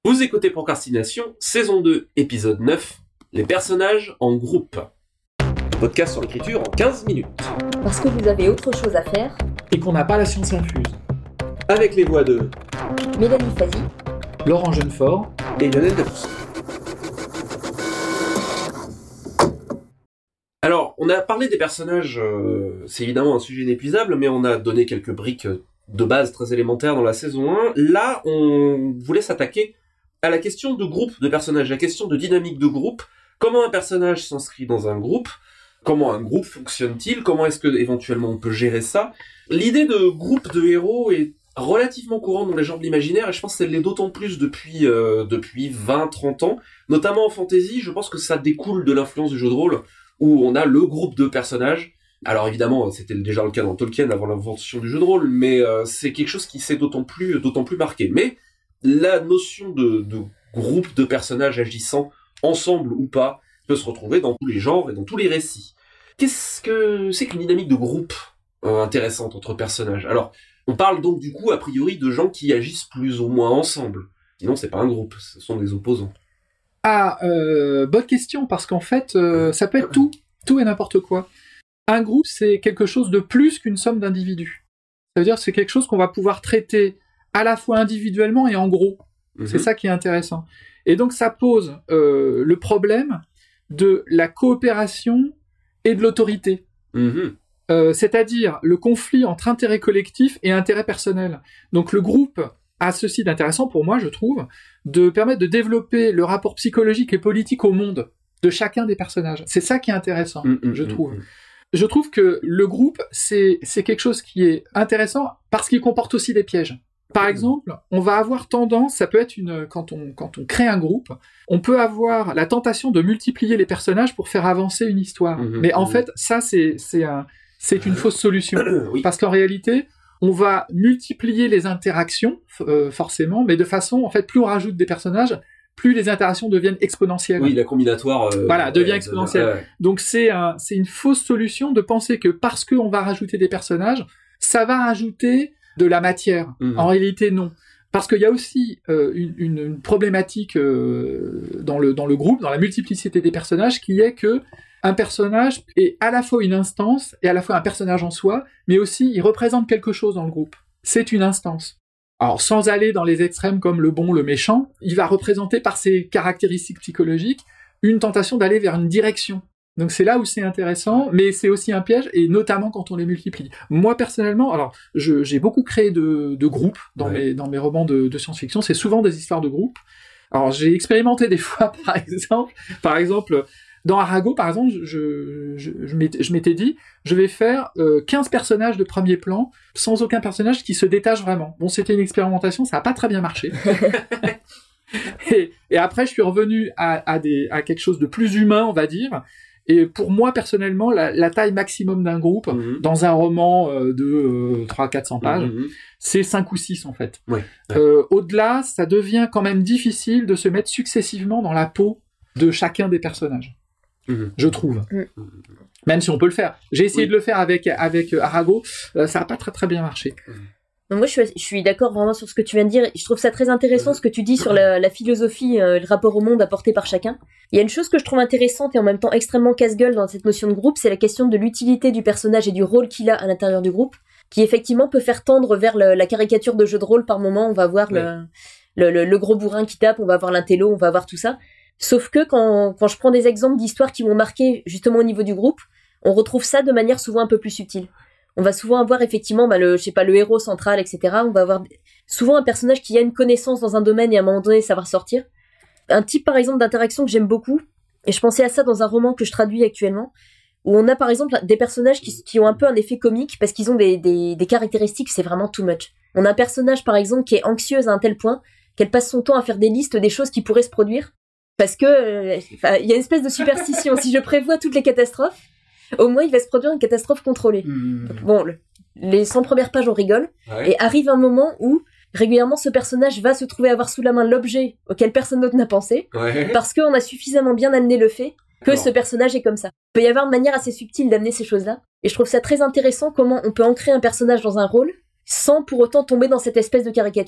Vous écoutez Procrastination, saison 2, épisode 9, les personnages en groupe. Podcast sur l'écriture en 15 minutes. Parce que vous avez autre chose à faire. Et qu'on n'a pas la science infuse. Avec les voix de Mélanie Fazi, Laurent Jeunefort et Lionel Debousse. Alors, on a parlé des personnages, c'est évidemment un sujet inépuisable, mais on a donné quelques briques de base très élémentaires dans la saison 1. Là, on voulait s'attaquer à la question de groupe de personnages, la question de dynamique de groupe. Comment un personnage s'inscrit dans un groupe ? Comment un groupe fonctionne-t-il ? Comment est-ce que éventuellement on peut gérer ça ? L'idée de groupe de héros est relativement courante dans les genres de l'imaginaire, et je pense qu'elle l'est d'autant plus depuis 20-30 ans. Notamment en fantasy, je pense que ça découle de l'influence du jeu de rôle, où on a le groupe de personnages. Alors évidemment, c'était déjà le cas dans Tolkien avant l'invention du jeu de rôle, mais c'est quelque chose qui s'est d'autant plus marqué. Mais la notion de groupe de personnages agissant ensemble ou pas peut se retrouver dans tous les genres et dans tous les récits. Qu'est-ce que c'est qu'une dynamique de groupe intéressante entre personnages ? Alors, on parle donc du coup a priori de gens qui agissent plus ou moins ensemble. Sinon, c'est pas un groupe, ce sont des opposants. Bonne question, parce qu'en fait, ça peut être tout et n'importe quoi. Un groupe, c'est quelque chose de plus qu'une somme d'individus. Ça veut dire que c'est quelque chose qu'on va pouvoir traiter à la fois individuellement et en gros. C'est ça qui est intéressant. Et donc ça pose le problème de la coopération et de l'autorité. C'est-à-dire le conflit entre intérêt collectif et intérêt personnel. Donc le groupe a ceci d'intéressant pour moi, je trouve, de permettre de développer le rapport psychologique et politique au monde de chacun des personnages. C'est ça qui est intéressant, je trouve. Je trouve que le groupe, c'est quelque chose qui est intéressant parce qu'il comporte aussi des pièges. Par exemple, on va avoir tendance, ça peut être quand on crée un groupe, on peut avoir la tentation de multiplier les personnages pour faire avancer une histoire. Mais en fait, ça, c'est une fausse solution. Parce qu'en réalité, on va multiplier les interactions, forcément, mais de façon, en fait, plus on rajoute des personnages, plus les interactions deviennent exponentielles. Oui, la combinatoire... devient exponentielle. Donc c'est une fausse solution de penser que parce qu'on va rajouter des personnages, ça va rajouter de la matière. En réalité, non. Parce qu'il y a aussi une problématique dans le groupe, dans la multiplicité des personnages, qui est que un personnage est à la fois une instance et à la fois un personnage en soi, mais aussi il représente quelque chose dans le groupe. C'est une instance. Alors, sans aller dans les extrêmes comme le bon, le méchant, il va représenter par ses caractéristiques psychologiques une tentation d'aller vers une direction. Donc c'est là où c'est intéressant, mais c'est aussi un piège, et notamment quand on les multiplie. Moi, personnellement, alors j'ai beaucoup créé de groupes dans mes romans de science-fiction, c'est souvent des histoires de groupes. Alors j'ai expérimenté des fois, par exemple, dans Arago, par exemple, je m'étais dit, je vais faire 15 personnages de premier plan, sans aucun personnage qui se détache vraiment. Bon, c'était une expérimentation, ça n'a pas très bien marché. et après, je suis revenu à quelque chose de plus humain, on va dire. Et pour moi, personnellement, la taille maximum d'un groupe, dans un roman de 300-400 pages, c'est 5 ou 6, en fait. Au-delà, ça devient quand même difficile de se mettre successivement dans la peau de chacun des personnages. Je trouve. Même si on peut le faire. J'ai essayé de le faire avec Arago, ça n'a pas très très bien marché. Donc moi, je suis d'accord vraiment sur ce que tu viens de dire. Je trouve ça très intéressant ce que tu dis sur la philosophie, le rapport au monde apporté par chacun. Il y a une chose que je trouve intéressante et en même temps extrêmement casse-gueule dans cette notion de groupe, c'est la question de l'utilité du personnage et du rôle qu'il a à l'intérieur du groupe, qui effectivement peut faire tendre vers la caricature de jeu de rôle par moment. On va voir le gros bourrin qui tape, on va voir l'intello, on va voir tout ça. Sauf que quand je prends des exemples d'histoires qui m'ont marqué justement au niveau du groupe, on retrouve ça de manière souvent un peu plus subtile. On va souvent avoir effectivement le héros central, etc. On va avoir souvent un personnage qui a une connaissance dans un domaine et à un moment donné savoir sortir. Un type par exemple d'interaction que j'aime beaucoup, et je pensais à ça dans un roman que je traduis actuellement, où on a par exemple des personnages qui ont un peu un effet comique parce qu'ils ont des caractéristiques, c'est vraiment too much. On a un personnage par exemple qui est anxieuse à un tel point qu'elle passe son temps à faire des listes des choses qui pourraient se produire, parce que il y a une espèce de superstition. Si je prévois toutes les catastrophes, au moins il va se produire une catastrophe contrôlée. Donc, bon, les 100 premières pages on rigole, et arrive un moment où régulièrement ce personnage va se trouver avoir sous la main l'objet auquel personne d'autre n'a pensé, parce qu'on a suffisamment bien amené le fait que ce personnage est comme ça. Il peut y avoir une manière assez subtile d'amener ces choses-là, et je trouve ça très intéressant comment on peut ancrer un personnage dans un rôle sans pour autant tomber dans cette espèce de caricature.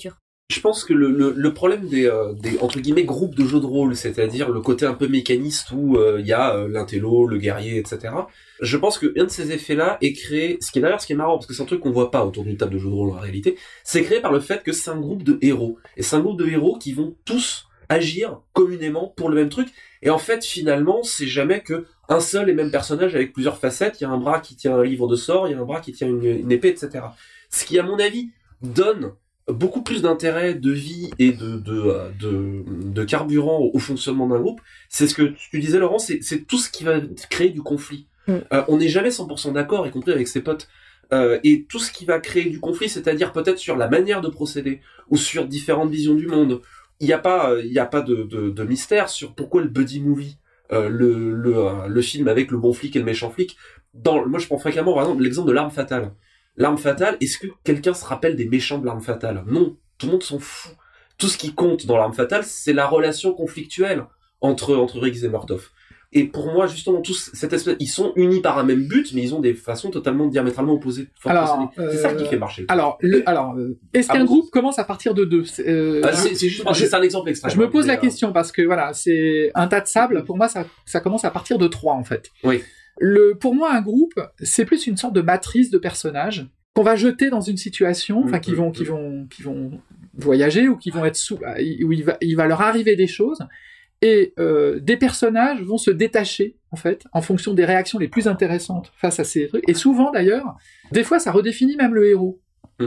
Je pense que le problème des entre guillemets groupes de jeux de rôle, c'est-à-dire le côté un peu mécaniste où il y a l'intello, le guerrier, etc. Je pense que un de ces effets-là est créé, ce qui est marrant, parce que c'est un truc qu'on voit pas autour d'une table de jeux de rôle en réalité, c'est créé par le fait que c'est un groupe de héros. Et c'est un groupe de héros qui vont tous agir communément pour le même truc. Et en fait, finalement, c'est jamais que un seul et même personnage avec plusieurs facettes. Il y a un bras qui tient un livre de sorts, il y a un bras qui tient une épée, etc. Ce qui, à mon avis, donne beaucoup plus d'intérêt, de vie et de carburant au fonctionnement d'un groupe. C'est ce que tu disais, Laurent, c'est tout ce qui va créer du conflit. On n'est jamais 100% d'accord, y compris avec ses potes. Et tout ce qui va créer du conflit, c'est-à-dire peut-être sur la manière de procéder ou sur différentes visions du monde. Il n'y a pas de mystère sur pourquoi le buddy movie, le film avec le bon flic et le méchant flic. Moi, je prends fréquemment, par exemple, l'exemple de L'Arme Fatale. L'Arme Fatale, est-ce que quelqu'un se rappelle des méchants de L'Arme Fatale? Non, tout le monde s'en fout. Tout ce qui compte dans L'Arme Fatale, c'est la relation conflictuelle entre Riggs et Murtaugh. Et pour moi, justement, tous cette espèce, ils sont unis par un même but, mais ils ont des façons totalement diamétralement opposées. C'est ça qui fait marcher. Est-ce qu'un groupe commence à partir de 2? C'est juste, c'est un exemple extrême. Je me pose la question parce que voilà, c'est un tas de sable. Pour moi, ça commence à partir de 3 en fait. Oui. Pour moi, un groupe, c'est plus une sorte de matrice de personnages qu'on va jeter dans une situation, enfin qui vont voyager ou qui vont être où il va leur arriver des choses. Et des personnages vont se détacher, en fait, en fonction des réactions les plus intéressantes face à ces trucs. Et souvent, d'ailleurs, des fois, ça redéfinit même le héros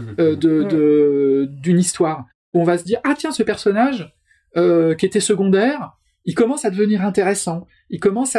d'une histoire. Où on va se dire, ah tiens, ce personnage qui était secondaire, il commence à devenir intéressant. Il commence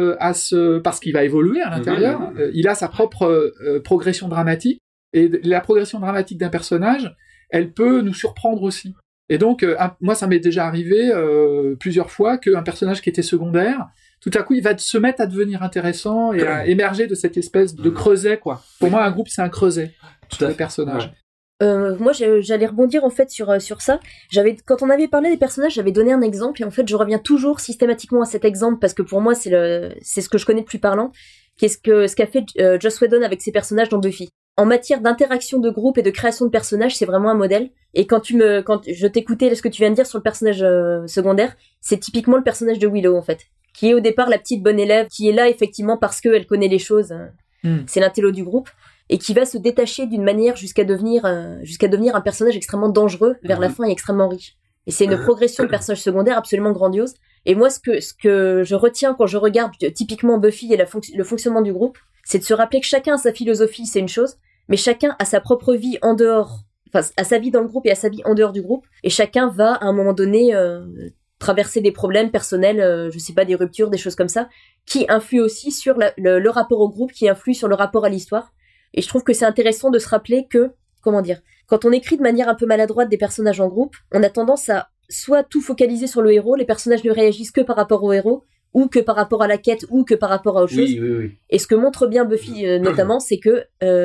parce qu'il va évoluer à l'intérieur. Il a sa propre progression dramatique. Et la progression dramatique d'un personnage, elle peut nous surprendre aussi. Et donc, moi, ça m'est déjà arrivé plusieurs fois qu'un personnage qui était secondaire, tout à coup, il va se mettre à devenir intéressant et à émerger de cette espèce de creuset, quoi. Pour moi, un groupe, c'est un creuset. Tout les personnages. Ouais. Moi, j'allais rebondir en fait sur ça. Quand on avait parlé des personnages, j'avais donné un exemple et en fait, je reviens toujours systématiquement à cet exemple parce que pour moi, c'est ce que je connais de plus parlant. Qu'est-ce qu'a fait Joss Whedon avec ses personnages dans Buffy. En matière d'interaction de groupe et de création de personnages, c'est vraiment un modèle. Et quand je t'écoutais ce que tu viens de dire sur le personnage secondaire, c'est typiquement le personnage de Willow en fait, qui est au départ la petite bonne élève, qui est là effectivement parce qu'elle connaît les choses. C'est l'intello du groupe. Et qui va se détacher d'une manière jusqu'à devenir un personnage extrêmement dangereux vers la fin et extrêmement riche. Et c'est une progression de personnage secondaire absolument grandiose. Et moi, ce que je retiens quand je regarde typiquement Buffy et le fonctionnement du groupe, c'est de se rappeler que chacun a sa philosophie, c'est une chose, mais chacun a sa propre vie en dehors, enfin, a sa vie dans le groupe et a sa vie en dehors du groupe. Et chacun va, à un moment donné, traverser des problèmes personnels, je sais pas, des ruptures, des choses comme ça, qui influent aussi sur le rapport au groupe, qui influent sur le rapport à l'histoire. Et je trouve que c'est intéressant de se rappeler que, quand on écrit de manière un peu maladroite des personnages en groupe, on a tendance à soit tout focaliser sur le héros, les personnages ne réagissent que par rapport au héros, ou que par rapport à la quête, ou que par rapport à autre chose. Oui. Et ce que montre bien Buffy, notamment, c'est que,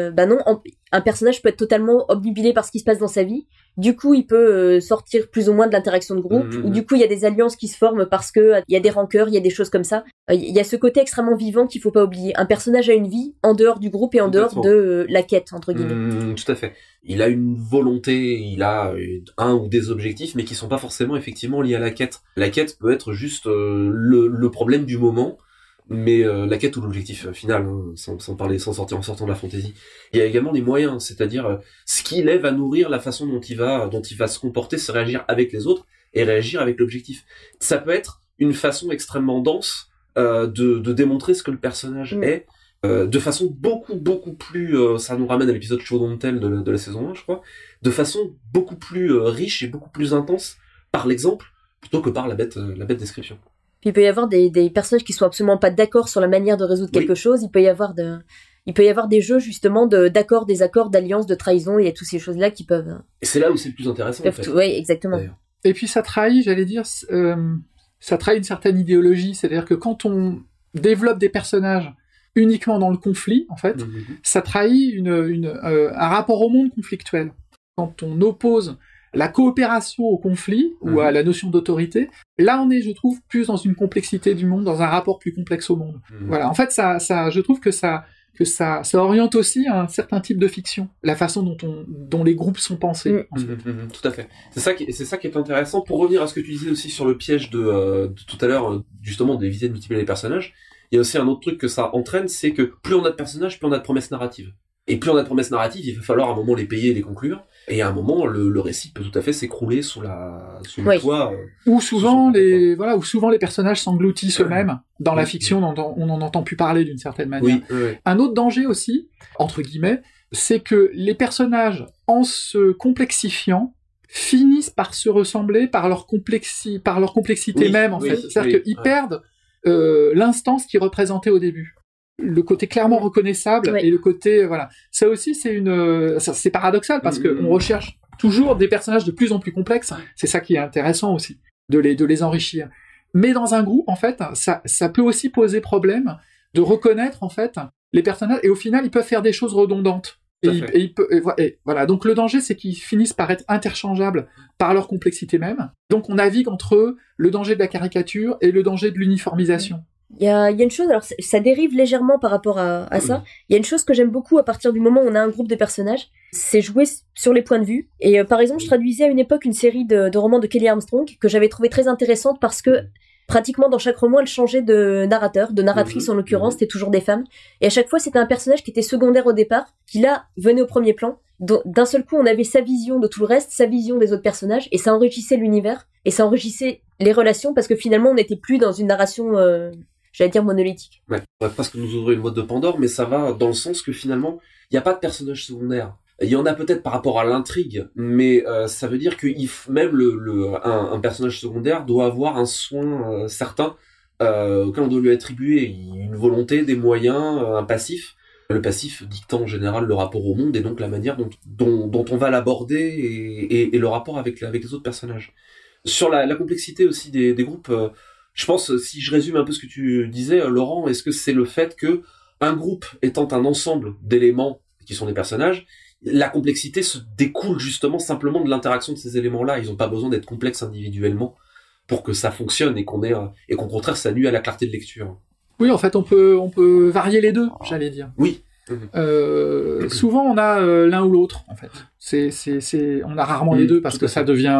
un personnage peut être totalement obnubilé par ce qui se passe dans sa vie. Du coup, il peut sortir plus ou moins de l'interaction de groupe, ou du coup, il y a des alliances qui se forment parce que il y a des rancœurs, il y a des choses comme ça. Il y a ce côté extrêmement vivant qu'il faut pas oublier. Un personnage a une vie en dehors du groupe et en dehors de la quête, entre guillemets. Tout à fait. Il a une volonté, il a un ou des objectifs, mais qui sont pas forcément effectivement liés à la quête. La quête peut être juste le problème du moment, mais la quête ou l'objectif final, sans sortant de la fantaisie. Il y a également des moyens, c'est-à-dire ce qui va nourrir la façon dont il va se comporter, se réagir avec les autres et réagir avec l'objectif. Ça peut être une façon extrêmement dense de démontrer ce que le personnage est, de façon beaucoup plus, ça nous ramène à l'épisode Show Don't Tell de la saison 1, je crois, de façon beaucoup plus riche et beaucoup plus intense par l'exemple plutôt que par la bête description. Il peut y avoir des personnages qui sont absolument pas d'accord sur la manière de résoudre quelque chose. Il peut y avoir des jeux justement d'accords, désaccords, d'alliances, de trahison. Il y a toutes ces choses-là qui peuvent. Et c'est là où c'est le plus intéressant. Oui, exactement. D'ailleurs. Et puis ça trahit, j'allais dire, ça trahit une certaine idéologie. C'est-à-dire que quand on développe des personnages uniquement dans le conflit, en fait, ça trahit un rapport au monde conflictuel. Quand on oppose la coopération au conflit ou à la notion d'autorité, là on est, je trouve, plus dans une complexité du monde, dans un rapport plus complexe au monde. Voilà. En fait, ça, je trouve que ça que ça oriente aussi un certain type de fiction, la façon dont les groupes sont pensés. Tout à fait. C'est ça qui est intéressant. Pour revenir à ce que tu disais aussi sur le piège de tout à l'heure, justement, d'éviter de multiplier les personnages, il y a aussi un autre truc que ça entraîne, c'est que plus on a de personnages, plus on a de promesses narratives. Et plus on a de promesses narratives, il va falloir à un moment les payer et les conclure. Et à un moment, le récit peut tout à fait s'écrouler sous le poids. Ou souvent les personnages s'engloutissent eux-mêmes dans la fiction dont on n'en entend plus parler d'une certaine manière. Oui. Un autre danger aussi, entre guillemets, c'est que les personnages, en se complexifiant, finissent par se ressembler par leur complexité même, en fait. C'est-à-dire qu'ils perdent l'instance qu'ils représentaient au début. Le côté clairement reconnaissable et le côté ça aussi c'est paradoxal parce que on recherche toujours des personnages de plus en plus complexes. C'est ça qui est intéressant aussi de les enrichir. Mais dans un groupe en fait ça peut aussi poser problème de reconnaître en fait les personnages et au final ils peuvent faire des choses redondantes. Et voilà. Donc le danger c'est qu'ils finissent par être interchangeables par leur complexité même. Donc on navigue entre le danger de la caricature et le danger de l'uniformisation. Il y a une chose, alors ça dérive légèrement par rapport à ça. Il y a une chose que j'aime beaucoup à partir du moment où on a un groupe de personnages, c'est jouer sur les points de vue. Et par exemple, je traduisais à une époque une série de romans de Kelly Armstrong que j'avais trouvé très intéressante parce que pratiquement dans chaque roman, elle changeait de narrateur, de narratrice en l'occurrence, c'était toujours des femmes. Et à chaque fois, c'était un personnage qui était secondaire au départ, qui là venait au premier plan. D'un seul coup, on avait sa vision de tout le reste, sa vision des autres personnages, et ça enrichissait l'univers, et ça enrichissait les relations parce que finalement, on n'était plus dans une narration... j'allais dire monolithique. Ouais, on va presque nous ouvrir une boîte de Pandore, mais ça va dans le sens que finalement, il n'y a pas de personnage secondaire. Il y en a peut-être par rapport à l'intrigue, mais ça veut dire que même un personnage secondaire doit avoir un soin certain auquel on doit lui attribuer une volonté, des moyens, un passif. Le passif dictant en général le rapport au monde et donc la manière dont on va l'aborder et le rapport avec les autres personnages. Sur la complexité aussi des groupes... je pense, si je résume un peu ce que tu disais, Laurent, est-ce que c'est le fait que un groupe étant un ensemble d'éléments qui sont des personnages, la complexité se découle justement simplement de l'interaction de ces éléments-là. Ils n'ont pas besoin d'être complexes individuellement pour que ça fonctionne et qu'au contraire ça nuit à la clarté de lecture. Oui, en fait, on peut varier les deux, j'allais dire. Oui. Souvent, on a l'un ou l'autre, en fait. On a rarement les deux parce que ça devient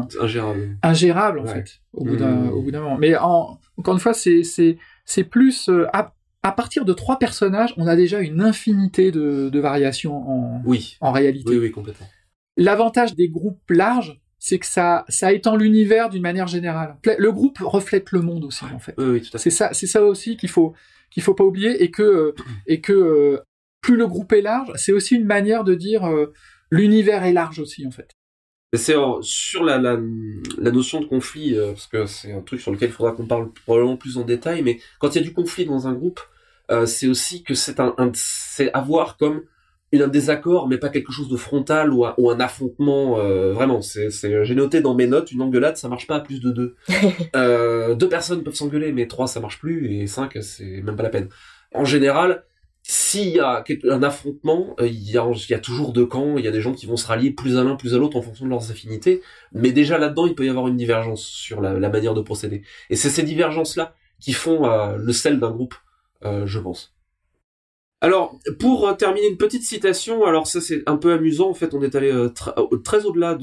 ingérable en fait, au bout d'un moment. Mais encore une fois, c'est plus à partir de 3 personnages, on a déjà une infinité de variations en réalité. Oui, complètement. L'avantage des groupes larges, c'est que ça étend l'univers d'une manière générale. Le groupe reflète le monde aussi, en fait. Oui, tout à fait. C'est ça aussi qu'il faut pas oublier et que plus le groupe est large, c'est aussi une manière de dire l'univers est large aussi, en fait. C'est sur la notion de conflit, parce que c'est un truc sur lequel il faudra qu'on parle probablement plus en détail, mais quand il y a du conflit dans un groupe, c'est aussi que c'est avoir comme un désaccord, mais pas quelque chose de frontal ou un affrontement. Vraiment, j'ai noté dans mes notes, une engueulade, ça marche pas à plus de 2. 2 personnes peuvent s'engueuler, mais 3 ça marche plus, et 5 c'est même pas la peine. En général, s'il y a un affrontement, il y a toujours 2 camps, il y a des gens qui vont se rallier plus à l'un, plus à l'autre en fonction de leurs affinités, mais déjà là-dedans, il peut y avoir une divergence sur la manière de procéder. Et c'est ces divergences-là qui font le sel d'un groupe, je pense. Alors, pour terminer, une petite citation, alors ça c'est un peu amusant, en fait, on est allé très au-delà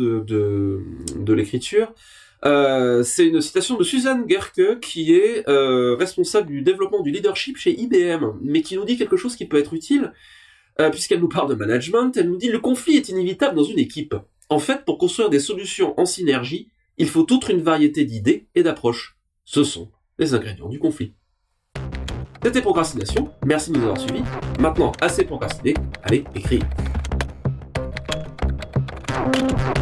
de l'écriture. C'est une citation de Susan Gerke, qui est responsable du développement du leadership chez IBM, mais qui nous dit quelque chose qui peut être utile, puisqu'elle nous parle de management. Elle nous dit « Le conflit est inévitable dans une équipe. En fait, pour construire des solutions en synergie, il faut toute une variété d'idées et d'approches. Ce sont les ingrédients du conflit. » C'était Procrastination, merci de nous avoir suivis. Maintenant, assez procrastiné, allez, écrire.